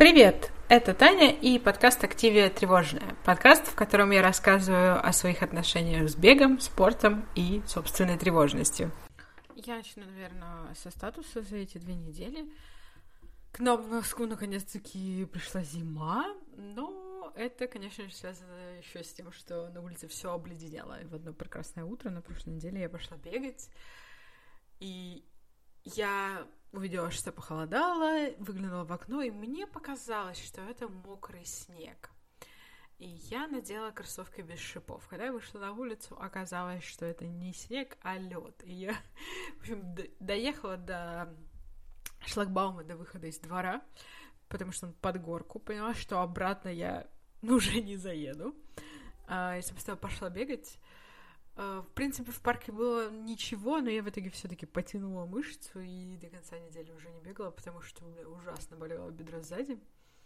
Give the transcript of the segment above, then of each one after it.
Привет! Это Таня и подкаст «Активия тревожная». Подкаст, в котором я рассказываю о своих отношениях с бегом, спортом и собственной тревожностью. Я начну, наверное, со статуса за эти 2 недели. К Новому наконец-таки пришла зима, но это, конечно же, связано еще с тем, что на улице все обледенело. И в одно прекрасное утро на прошлой неделе я пошла бегать, и я увидела, что похолодало, выглянула в окно, и мне показалось, что это мокрый снег. И я надела кроссовки без шипов. Когда я вышла на улицу, оказалось, что это не снег, а лед. И я, в общем, доехала до шлагбаума, до выхода из двора, потому что он под горку. Поняла, что обратно я уже не заеду. И, собственно, пошла бегать. В принципе, в парке было ничего, но я в итоге все-таки потянула мышцу и до конца недели уже не бегала, потому что у меня ужасно болело бедро сзади.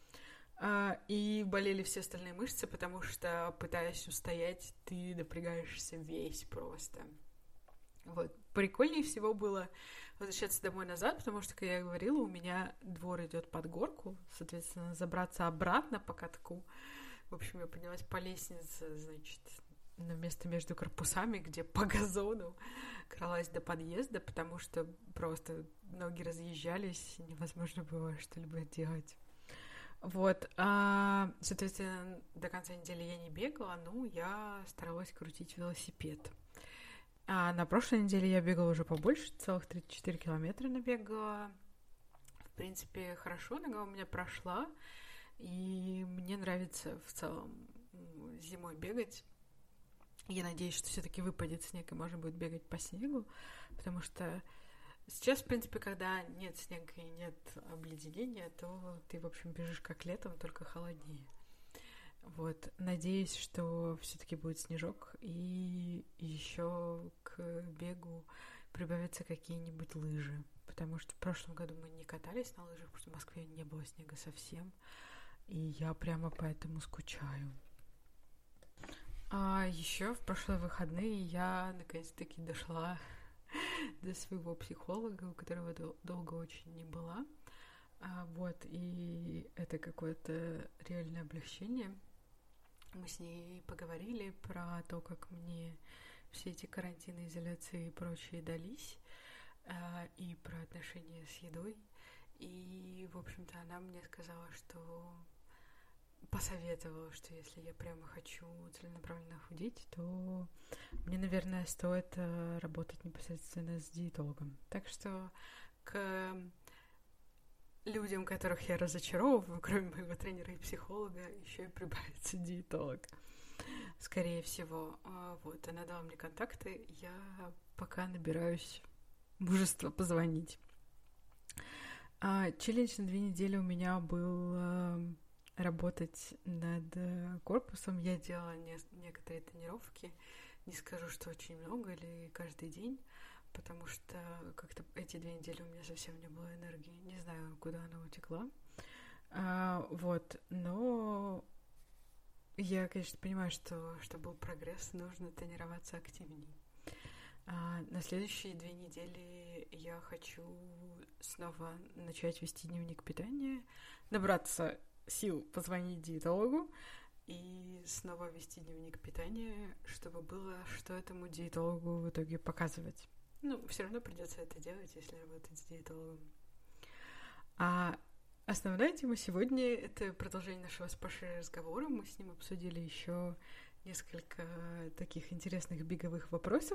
И болели все остальные мышцы, потому что, пытаясь устоять, ты напрягаешься весь просто. Вот. Прикольнее всего было возвращаться домой назад, потому что, как я говорила, у меня двор идет под горку, соответственно, забраться обратно по катку. В общем, я поднялась по лестнице, значит, на место между корпусами, где по газону кралась до подъезда, потому что просто ноги разъезжались, невозможно было что-либо делать. Вот. Соответственно, до конца недели я не бегала, но я старалась крутить велосипед. А на прошлой неделе я бегала уже побольше, целых 34 километра набегала. В принципе, хорошо, нога у меня прошла, и мне нравится в целом зимой бегать. Я надеюсь, что все-таки выпадет снег, и можно будет бегать по снегу, потому что сейчас, в принципе, когда нет снега и нет обледенения, то ты, в общем, бежишь как летом, только холоднее. Вот. Надеюсь, что все-таки будет снежок, и еще к бегу прибавятся какие-нибудь лыжи, потому что в прошлом году мы не катались на лыжах, потому что в Москве не было снега совсем, и я прямо поэтому скучаю. А еще в прошлые выходные я наконец-таки дошла до своего психолога, у которого долго очень не была. Вот, и это какое-то реальное облегчение. Мы с ней поговорили про то, как мне все эти карантины, изоляции и прочие дались, и про отношения с едой. И, в общем-то, она мне сказала, что посоветовала, что если я прямо хочу целенаправленно худеть, то мне, наверное, стоит работать непосредственно с диетологом. Так что к людям, которых я разочаровываю, кроме моего тренера и психолога, еще и прибавится диетолог. Скорее всего. Вот, она дала мне контакты, я пока набираюсь мужества позвонить. Челлендж на 2 недели у меня был работать над корпусом. Я делала некоторые тренировки. Не скажу, что очень много или каждый день, потому что как-то эти 2 недели у меня совсем не было энергии. Не знаю, куда она утекла. Вот. Но я, конечно, понимаю, что чтобы был прогресс, нужно тренироваться активнее. На следующие 2 недели я хочу снова начать вести дневник питания, набраться сил позвонить диетологу и снова вести дневник питания, чтобы было, что этому диетологу в итоге показывать. Ну, все равно придется это делать, если работать с диетологом. А основная тема сегодня — это продолжение нашего с Пашей разговора. Мы с ним обсудили еще несколько таких интересных беговых вопросов.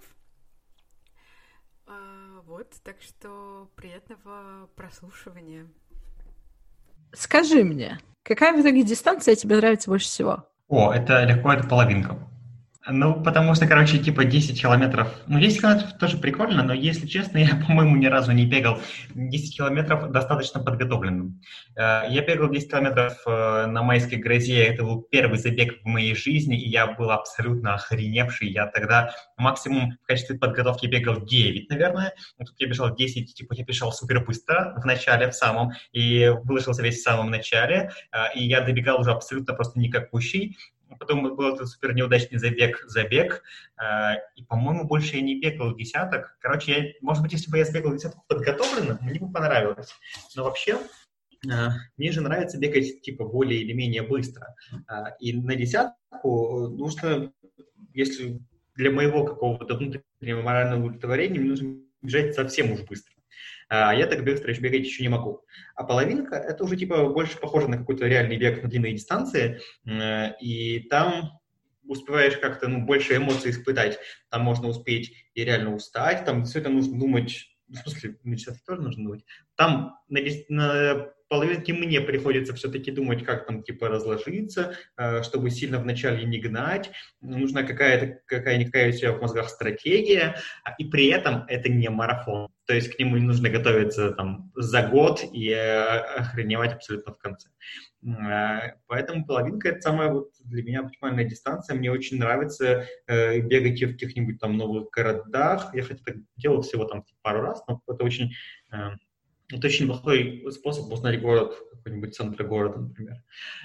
Вот, так что приятного прослушивания. Скажи мне, какая в итоге дистанция тебе нравится больше всего? Это легко, это половинка. Ну, потому что, короче, типа 10 километров... Ну, 10 километров тоже прикольно, но, если честно, я, по-моему, ни разу не бегал 10 километров достаточно подготовленным. Я бегал 10 километров на майской грозе, это был первый забег в моей жизни, и я был абсолютно охреневший. Я тогда максимум в качестве подготовки бегал 9, наверное. Но тут я бежал 10, типа я бежал супер быстро в начале, в самом, и выложился весь в самом начале, и я добегал уже абсолютно просто никакущий. Потом был этот супер неудачный забег, и, по-моему, больше я не бегал десяток. Короче, может быть, если бы я сбегал десятку подготовленно, мне бы понравилось. Но вообще, Мне же нравится бегать типа более или менее быстро. И на десятку нужно, если для моего какого-то внутреннего морального удовлетворения, мне нужно бежать совсем уж быстро. А я так быстро бегать еще не могу. А половинка — это уже типа больше похоже на какой-то реальный бег на длинные дистанции, и там успеваешь как-то больше эмоций испытать. Там можно успеть и реально устать, там все это нужно думать, в смысле, на десятке тоже нужно думать. Там на половинке мне приходится все-таки думать, как там типа разложиться, чтобы сильно вначале не гнать. Нужна какая-никакая у тебя в мозгах стратегия, и при этом это не марафон. То есть к нему не нужно готовиться там за год и охреневать абсолютно в конце. Поэтому половинка — это самая вот для меня оптимальная дистанция. Мне очень нравится бегать в каких-нибудь там новых городах. Я хотя так делал всего там пару раз, но это очень плохой способ узнать город, какой-нибудь центр города, например.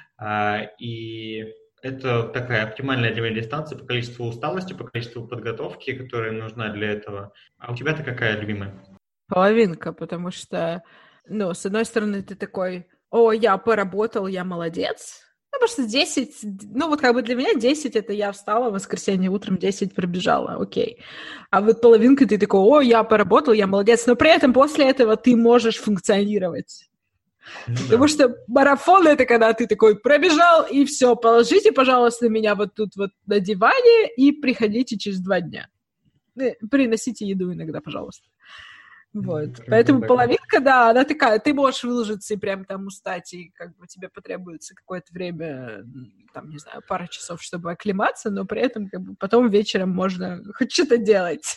И это такая оптимальная для меня дистанция по количеству усталости, по количеству подготовки, которая нужна для этого. А у тебя-то какая любимая? Половинка, потому что, с одной стороны, ты такой: о, я поработал, я молодец. Потому что 10, для меня 10 — это я встала в воскресенье утром, 10 пробежала, окей. А вот половинка ты такой: о, я поработал, я молодец, но при этом после этого ты можешь функционировать. Потому что марафон — это когда ты такой пробежал, и все, положите, пожалуйста, меня вот тут вот на диване и приходите через 2 дня. Приносите еду иногда, пожалуйста. Вот. Поэтому половинка, да, она такая, ты можешь выложиться и прям там устать, и как бы тебе потребуется какое-то время, там, не знаю, пара часов, чтобы оклематься, но при этом как бы потом вечером можно хоть что-то делать.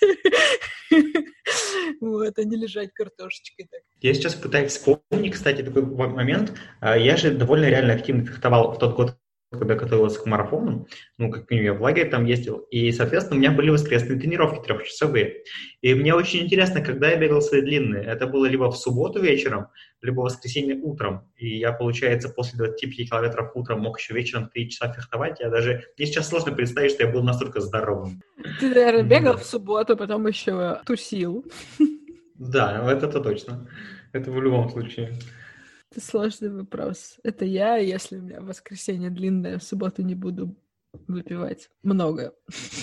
Вот, а не лежать картошечкой так. Я сейчас пытаюсь вспомнить, кстати, такой момент. Я же довольно реально активно фехтовал в тот год, когда готовился к марафону, как минимум я в лагерь там ездил, и, соответственно, у меня были воскресные тренировки 3-часовые. И мне очень интересно, когда я бегал свои длинные. Это было либо в субботу вечером, либо в воскресенье утром. И я, получается, после 25 километров утром мог еще вечером 3 часа фехтовать. Мне сейчас сложно представить, что я был настолько здоровым. Ты, наверное, бегал в субботу, потом еще тусил. Да, это точно. Это в любом случае. Это сложный вопрос. Это я, если у меня в воскресенье длинное, в субботу не буду выпивать много.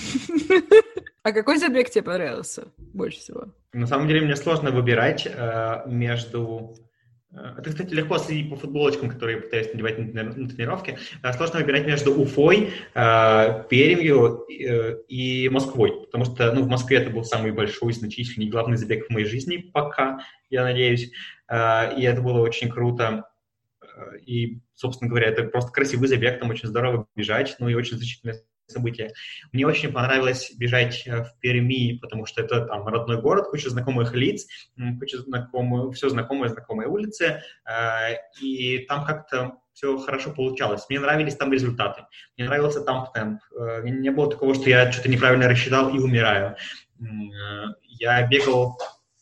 А какой забег тебе понравился больше всего? На самом деле мне сложно выбирать между... Это, кстати, легко следить по футболочкам, которые я пытаюсь надевать на тренировке. Сложно выбирать между Уфой, Пермью и Москвой, потому что в Москве это был самый большой, значительный, главный забег в моей жизни пока, я надеюсь, и это было очень круто. И, собственно говоря, это просто красивый забег, там очень здорово бежать, и очень значительное событие. Мне очень понравилось бежать в Перми, потому что это там родной город, куча знакомых лиц, все знакомые улицы, и там как-то все хорошо получалось. Мне нравились там результаты, мне нравился там темп. Не было такого, что я что-то неправильно рассчитал и умираю. Я бегал...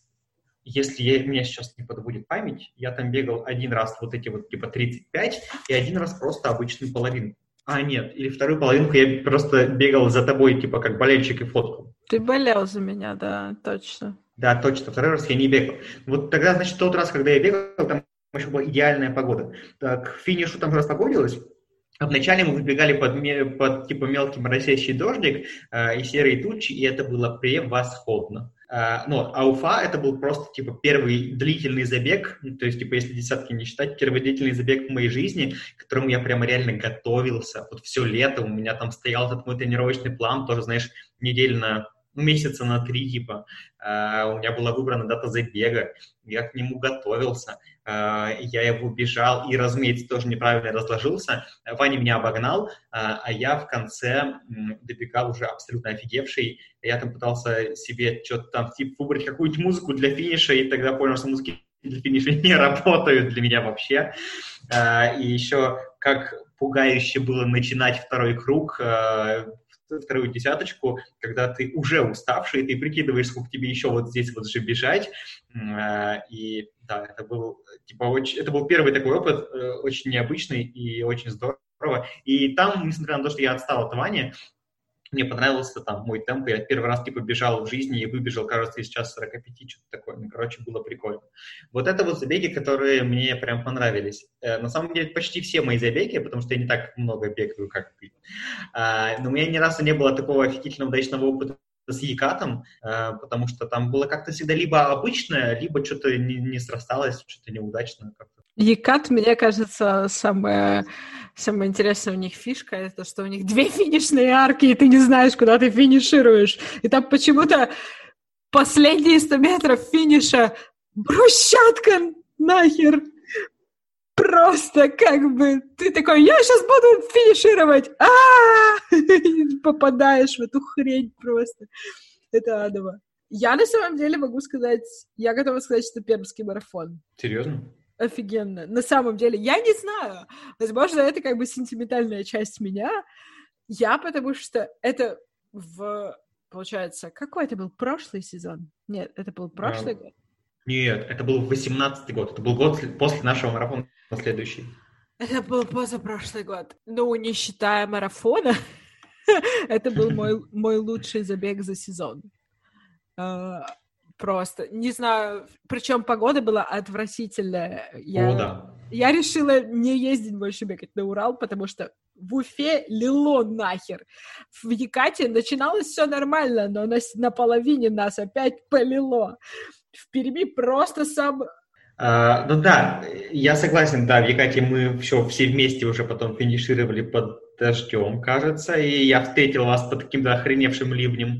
Если меня сейчас не подводит память, я там бегал один раз вот эти вот типа 35 и один раз просто обычную половинку. Нет, или вторую половинку я просто бегал за тобой, типа как болельщик, и фоткал. Ты болел за меня, да, точно. Да, точно, второй раз я не бегал. Вот тогда, значит, тот раз, когда я бегал, там еще была идеальная погода. К финишу там распогодилось. Вначале мы выбегали под типа мелкий моросящий дождик и серые тучи, и это было превосходно. А Уфа — это был просто типа первый длительный забег, то есть типа если десятки не считать, первый длительный забег в моей жизни, к которому я прямо реально готовился. Вот все лето у меня там стоял этот мой тренировочный план, тоже, знаешь, месяца на 3, типа. У меня была выбрана дата забега, я к нему готовился, я его бежал и, разумеется, тоже неправильно разложился. Ваня меня обогнал, а я в конце добегал уже абсолютно офигевший. Я там пытался себе что-то там типа выбрать какую-нибудь музыку для финиша, и тогда понял, что музыки для финиша не работают для меня вообще. И еще как пугающе было начинать второй круг, вторую десяточку, когда ты уже уставший, ты прикидываешь, сколько тебе еще вот здесь вот же бежать. И да, это был первый такой опыт, очень необычный и очень здорово. И там, несмотря на то, что я отстал от Вани, мне понравился там мой темп, я первый раз, типа, бежал в жизни и выбежал, кажется, из часа 45, что-то такое. Ну, короче, было прикольно. Вот это вот забеги, которые мне прям понравились. На самом деле, почти все мои забеги, потому что я не так много бегаю, как ты. Но у меня ни разу не было такого офигительно удачного опыта с Екатом, потому что там было как-то всегда либо обычное, либо что-то не срасталось, что-то неудачное как-то. Екат, мне кажется, самая интересная у них фишка, это что у них 2 финишные арки, и ты не знаешь, куда ты финишируешь. И там почему-то последние 100 метров финиша брусчатка нахер. Просто как бы ты такой, я сейчас буду финишировать, попадаешь в эту хрень просто. Это адово. Я на самом деле могу сказать, я готова сказать, что пермский марафон. Серьезно? Офигенно. На самом деле, я не знаю. Возможно, это как бы сентиментальная часть меня. Потому что это получается, какой это был прошлый сезон? Нет, это был прошлый год. Нет, это был 18-й год. Это был год после нашего марафона следующий. Это был позапрошлый год. Ну, не считая марафона, это был мой лучший забег за сезон. Просто, не знаю, причем погода была отвратительная. Я решила не ездить больше бегать на Урал, потому что в Уфе лило нахер. В Екате начиналось все нормально, но на половине нас опять полило. В Перми просто сам... Ну да, я согласен, да, в Екате мы все вместе уже потом финишировали под дождем, кажется, и я встретил вас под каким-то охреневшим ливнем.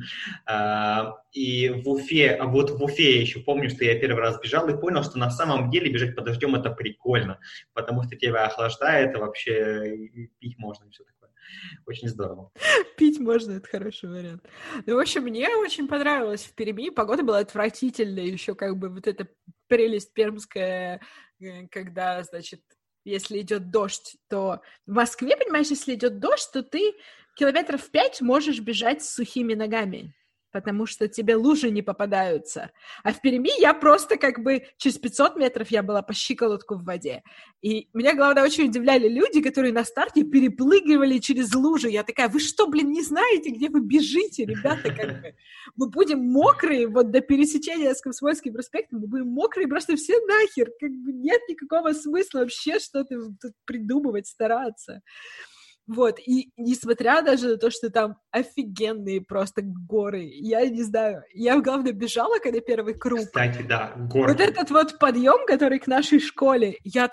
И в Уфе я еще помню, что я первый раз бежал и понял, что на самом деле бежать под дождем это прикольно, потому что тебя охлаждает, и вообще и пить можно и все такое. Очень здорово. Пить можно, это хороший вариант. Ну, в общем, мне очень понравилось в Перми. Погода была отвратительная, еще как бы вот эта прелесть пермская, когда, значит, если идет дождь, то в Москве, понимаешь, если идет дождь, то ты 5 километров можешь бежать с сухими ногами, потому что тебе лужи не попадаются. А в Перми я просто как бы через 500 метров я была по щиколотку в воде. И меня, главное, очень удивляли люди, которые на старте перепрыгивали через лужи. Я такая, вы что, не знаете, где вы бежите, ребята? Как бы? Мы будем мокрые, вот до пересечения с Комсомольским проспектом, мы будем мокрые просто все нахер. Как бы нет никакого смысла вообще что-то тут придумывать, стараться. Вот, и несмотря даже на то, что там офигенные просто горы, я не знаю, я, главное, бежала, когда первый круг. Кстати, да, горы. Вот этот вот подъем, который к нашей школе, я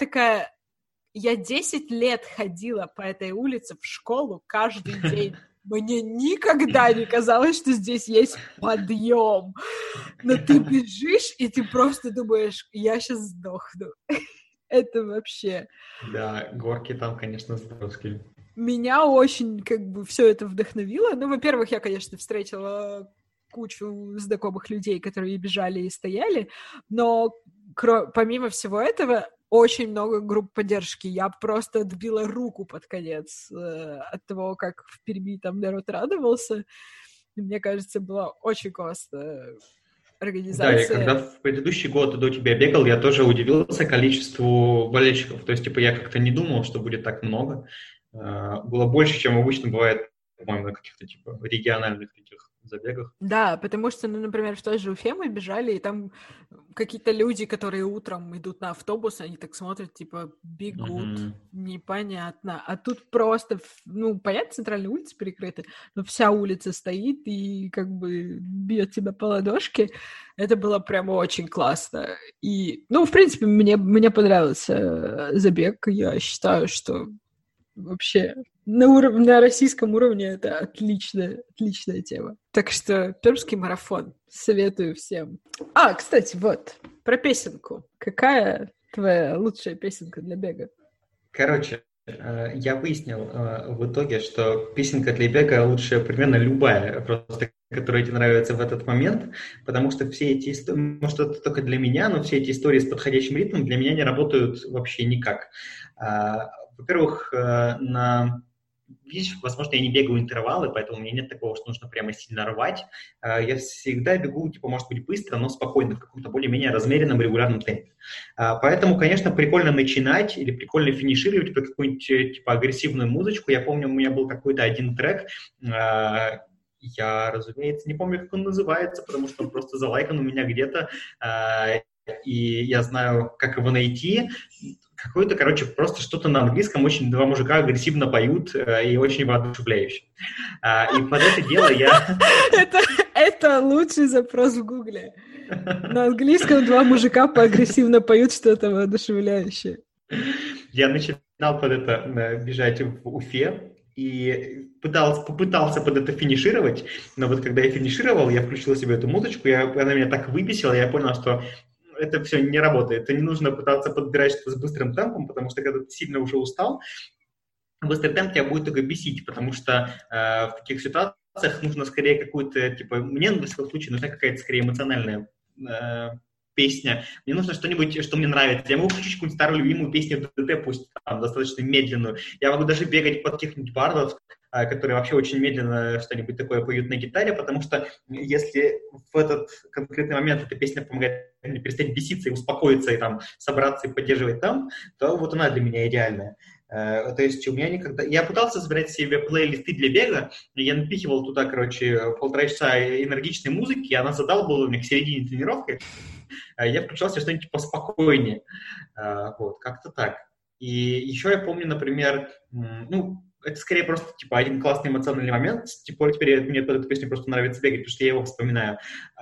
10 лет ходила по этой улице в школу каждый день. Мне никогда не казалось, что здесь есть подъем. Но ты бежишь, и ты просто думаешь, я сейчас сдохну. Это вообще... Да, горки там, конечно, здоровские. Меня очень, как бы, все это вдохновило. Ну, во-первых, я, конечно, встретила кучу знакомых людей, которые бежали и стояли, но помимо всего этого, очень много групп поддержки. Я просто отбила руку под конец от того, как в Перми там народ радовался. И мне кажется, была очень классная организация. Да, я когда в предыдущий год до тебя бегал, я тоже удивился количеству болельщиков. То есть, типа, я как-то не думал, что будет так много. Было больше, чем обычно бывает, по-моему, на каких-то, типа, региональных таких забегах. Да, потому что, ну, например, в той же Уфе мы бежали, и там какие-то люди, которые утром идут на автобус, они так смотрят, типа, бегут, непонятно. А тут просто, ну, понятно, центральные улицы перекрыты, но вся улица стоит и как бы бьет тебя по ладошке. Это было прямо очень классно. И, ну, в принципе, мне понравился забег. Я считаю, что вообще на российском уровне это отличная тема. Так что пермский марафон советую всем. Кстати, вот, про песенку. Какая твоя лучшая песенка для бега? Короче, я выяснил в итоге, что песенка для бега лучше примерно любая, просто которая тебе нравится в этот момент, потому что все эти истории, может, это только для меня, но все эти истории с подходящим ритмом для меня не работают вообще никак. Во-первых, на видишь, возможно, я не бегаю интервалы, поэтому у меня нет такого, что нужно прямо сильно рвать. Я всегда бегу, типа, может быть, быстро, но спокойно, в каком-то более-менее размеренном, регулярном темпе. Поэтому, конечно, прикольно начинать или прикольно финишировать под какую-нибудь, типа, агрессивную музычку. Я помню, у меня был какой-то один трек, я, разумеется, не помню, как он называется, потому что он просто залайкан у меня где-то, и я знаю, как его найти. Какой-то, короче, просто что-то на английском, очень два мужика агрессивно поют и очень воодушевляюще. И под это дело я... Это лучший запрос в Гугле. На английском два мужика поагрессивно поют что-то воодушевляющее. Я начинал под это бежать в Уфе и попытался под это финишировать, но вот когда я финишировал, я включил себе эту музычку, она меня так выбесила, я понял, что это все не работает. Это не нужно пытаться подбирать что-то с быстрым темпом, потому что когда ты сильно уже устал, быстрый темп тебя будет только бесить, потому что в таких ситуациях нужно скорее какую-то, типа, мне в этом случае нужна какая-то скорее эмоциональная песня. Мне нужно что-нибудь, что мне нравится. Я могу включить какую-нибудь старую любимую песню в ДДТ, пусть там достаточно медленную. Я могу даже бегать под каких-нибудь бардов, которые вообще очень медленно что-нибудь такое поют на гитаре, потому что если в этот конкретный момент эта песня помогает мне перестать беситься и успокоиться, и там собраться и поддерживать там, то вот она для меня идеальная. То есть у меня никогда... Я пытался собирать себе плейлисты для бега, я напихивал туда, короче, 1,5 часа энергичной музыки, и она задалбывала меня к середине тренировки. Я включал себе что-нибудь поспокойнее. Вот, как-то так. И еще я помню, например, это скорее просто, типа, один классный эмоциональный момент. Типа, теперь мне под эту песню просто нравится бегать, потому что я его вспоминаю.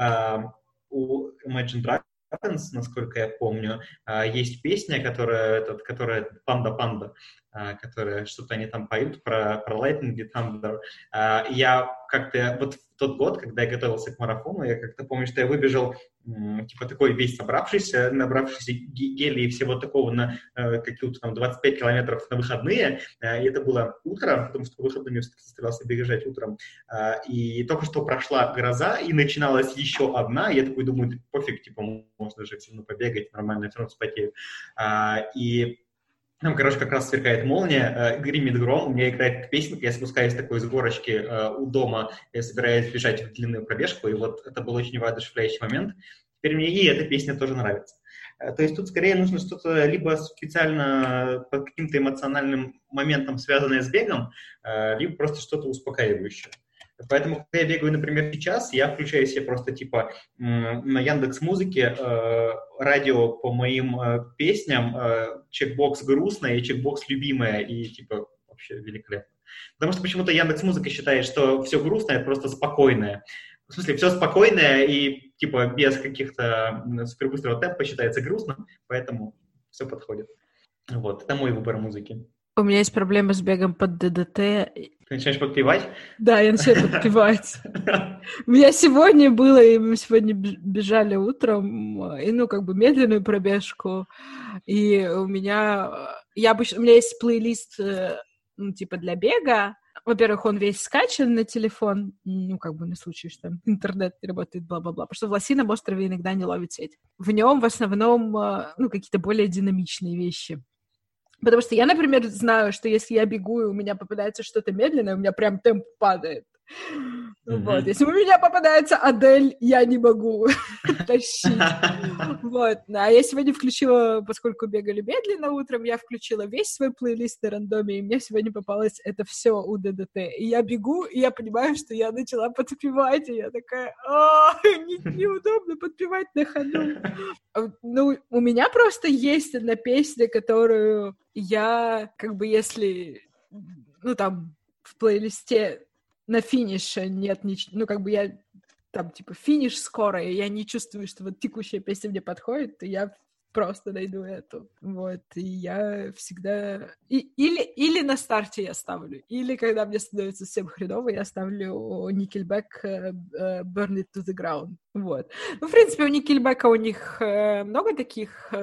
У Imagine Dragons, насколько я помню, есть песня, которая «Панда-панда», которая что-то они там поют про Lightning и Thunder. Я как-то, вот в тот год, когда я готовился к марафону, я как-то помню, что я выбежал, типа, такой весь собравшийся, набравшийся гели и всего такого на какие-то там 25 километров на выходные, и это было утро, потому что по выходным я старался бежать утром, и только что прошла гроза, и начиналась еще одна, и я такой думаю, пофиг, типа, можно же все равно побегать, нормально, я все равно вспотею. И там, короче, как раз сверкает молния, гремит гром, у меня играет песенка, я спускаюсь такой с горочки у дома, я собираюсь бежать в длинную пробежку, и вот это был очень воодушевляющий момент. Теперь мне и эта песня тоже нравится. То есть тут скорее нужно что-то либо специально по каким-то эмоциональным моментам, связанное с бегом, либо просто что-то успокаивающее. Поэтому, когда я бегаю, например, сейчас, я включаю себе просто, типа, на Яндекс.Музыке радио по моим песням, чекбокс грустная и чекбокс любимая, и, типа, вообще великолепно. Потому что почему-то Яндекс.Музыка считает, что все грустное — это просто спокойное. В смысле, все спокойное и, типа, без каких-то супербыстрого темпа считается грустным, поэтому все подходит. Вот, это мой выбор музыки. У меня есть проблема с бегом под ДДТ. Ты начинаешь подпевать? Да, я начинаю подпевать. У меня сегодня было, и мы сегодня бежали утром, и, медленную пробежку, и у меня есть плейлист, для бега. Во-первых, он весь скачан на телефон, на случай, что интернет не работает, бла-бла-бла, потому что в Лосином острове иногда не ловит сеть. В нем в основном, какие-то более динамичные вещи. Потому что я, например, знаю, что если я бегу, и у меня попадается что-то медленное, у меня прям темп падает. Вот. Если у меня попадается Адель, я не могу тащить. Вот. А я сегодня включила, поскольку бегали медленно утром, я включила весь свой плейлист на рандоме, и мне сегодня попалось это все у ДДТ. И я бегу, и я понимаю, что я начала подпевать, и я такая, неудобно подпевать на ходу. У меня просто есть одна песня, которую я, если, в плейлисте на финише нет ничего, я финиш скоро, и я не чувствую, что вот текущая песня мне подходит, и я просто найду эту. Вот, и я всегда... Или на старте я ставлю, или когда мне становится совсем хреново, я ставлю Nickelback Burn It to the Ground. Вот. В принципе, у Nickelback у них много таких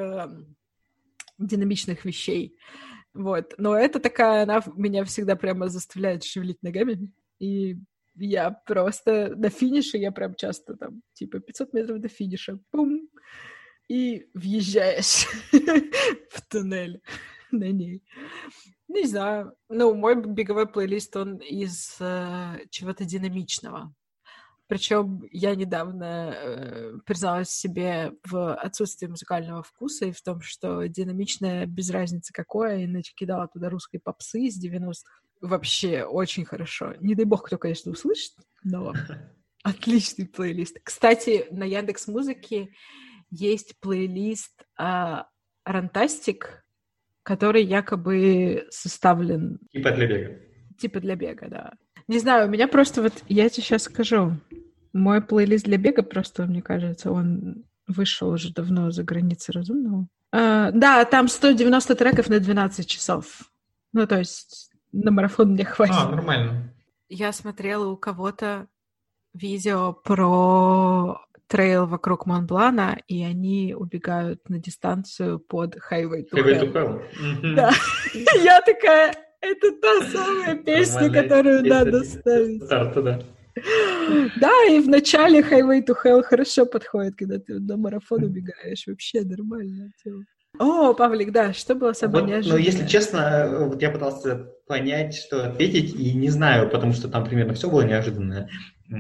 динамичных вещей. Вот. Но это такая, она меня всегда прямо заставляет шевелить ногами. И я просто на финише, я прям часто 500 метров до финиша, пум, и въезжаешь в туннель. на ней. Не знаю. Ну, мой беговой плейлист, он из чего-то динамичного. Причем я недавно призналась себе в отсутствии музыкального вкуса и в том, что динамичное без разницы какое, и накидала туда русской попсы из 90-х. Вообще очень хорошо. Не дай бог, кто, конечно, услышит, но отличный плейлист. Кстати, на Яндекс.Музыке есть плейлист «Рантастик», который якобы составлен... Типа для бега. Типа для бега, да. Не знаю, у меня просто вот... Я тебе сейчас скажу. Мой плейлист для бега просто, мне кажется, он вышел уже давно за границы разумного. Да, там 190 треков на 12 часов. Ну, то есть на марафон мне хватит. Нормально. Я смотрела у кого-то видео про трейл вокруг Монблана, и они убегают на дистанцию под Highway to Hell. Да. Я такая, это та самая песня, которую надо ставить. Старта, да. Да, и в начале Highway to Hell хорошо подходит, когда ты на марафон убегаешь. Вообще нормально. О, Павлик, да, что было самое неожиданное? Ну, если честно, вот я пытался понять, что ответить, и не знаю, потому что там примерно все было неожиданное.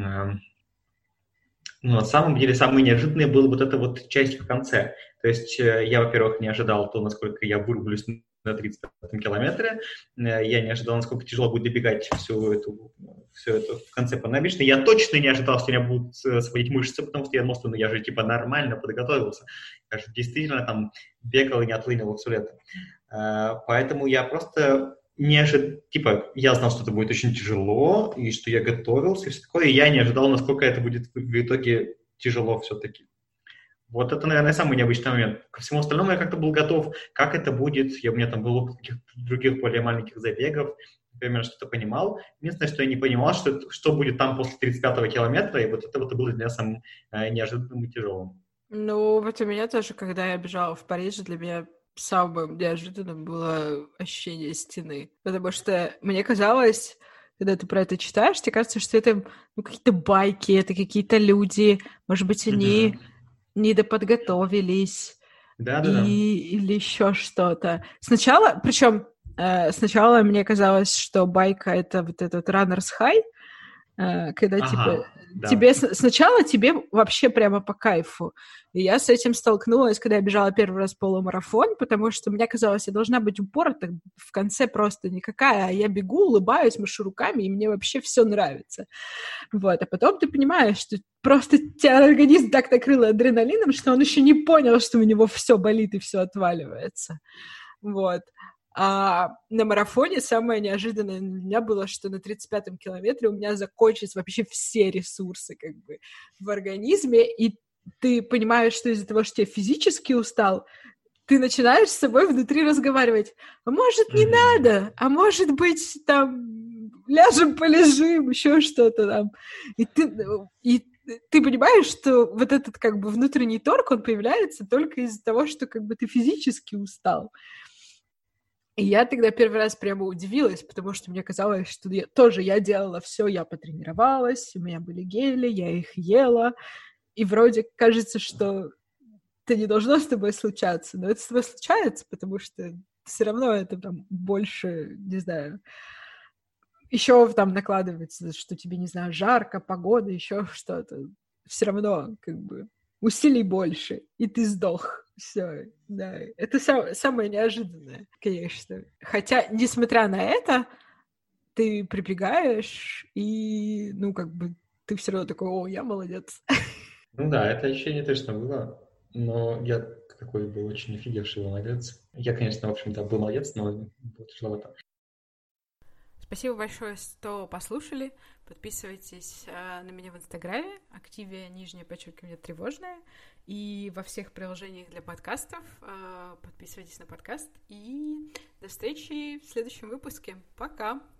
Но на самом деле самое неожиданное было вот эта вот часть в конце. То есть я, во-первых, не ожидал то, насколько я вырублюсь на 35-м километре. Я не ожидал, насколько тяжело будет добегать все это в конце по набережной. Я точно не ожидал, что у меня будут сводить мышцы, потому что я думал, что я же типа нормально подготовился. Я же действительно там бегал и не отлынивал все лето. Поэтому я просто не ожидал, типа, я знал, что это будет очень тяжело, и что я готовился, и все такое, и я не ожидал, насколько это будет в итоге тяжело все-таки. Вот это, наверное, самый необычный момент. Ко всему остальному я как-то был готов, как это будет. У меня там было каких-то других более маленьких забегов, примерно что-то понимал. Единственное, что я не понимал, что будет там после 35-го километра, и вот это вот было для меня самым неожиданным и тяжелым. Ну, вот у меня тоже, когда я бежала в Париже, для меня самым неожиданным было ощущение стены. Потому что мне казалось, когда ты про это читаешь, тебе кажется, что это какие-то байки, это какие-то люди, может быть, они недоподготовились, или еще что-то. Сначала мне казалось, что байка — это вот этот runner's high, когда тебе сначала тебе вообще прямо по кайфу. И я с этим столкнулась, когда я бежала первый раз полумарафон, потому что мне казалось, я должна быть упорota в конце просто никакая, а я бегу, улыбаюсь, машу руками, и мне вообще все нравится. Вот. А потом ты понимаешь, что просто тебя организм так накрыло адреналином, что он еще не понял, что у него все болит и все отваливается. Вот. А на марафоне самое неожиданное для меня было, что на 35-м километре у меня закончатся вообще все ресурсы как бы в организме, и ты понимаешь, что из-за того, что я физически устал, ты начинаешь с собой внутри разговаривать. А может, не надо? А может быть, там, ляжем, полежим, еще что-то там. И ты понимаешь, что вот этот как бы внутренний торг, он появляется только из-за того, что как бы ты физически устал. И я тогда первый раз прямо удивилась, потому что мне казалось, что я делала все, я потренировалась, у меня были гели, я их ела, и вроде кажется, что это не должно с тобой случаться, но это с тобой случается, потому что все равно это там больше, не знаю, еще там накладывается, что тебе, не знаю, жарко, погода, еще что-то. Все равно как бы усилий больше, и ты сдох. Все, да. Это самое неожиданное, конечно. Хотя, несмотря на это, ты прибегаешь, и, ну, как бы, ты все равно такой, о, я молодец. Ну да, это ощущение точно было, но я такой был очень офигевший молодец. Я, конечно, в общем-то, был молодец, но было тяжеловато. Спасибо большое, что послушали. Подписывайтесь на меня в Инстаграме, Активия, _ тревожная. И во всех приложениях для подкастов подписывайтесь на подкаст. И до встречи в следующем выпуске. Пока!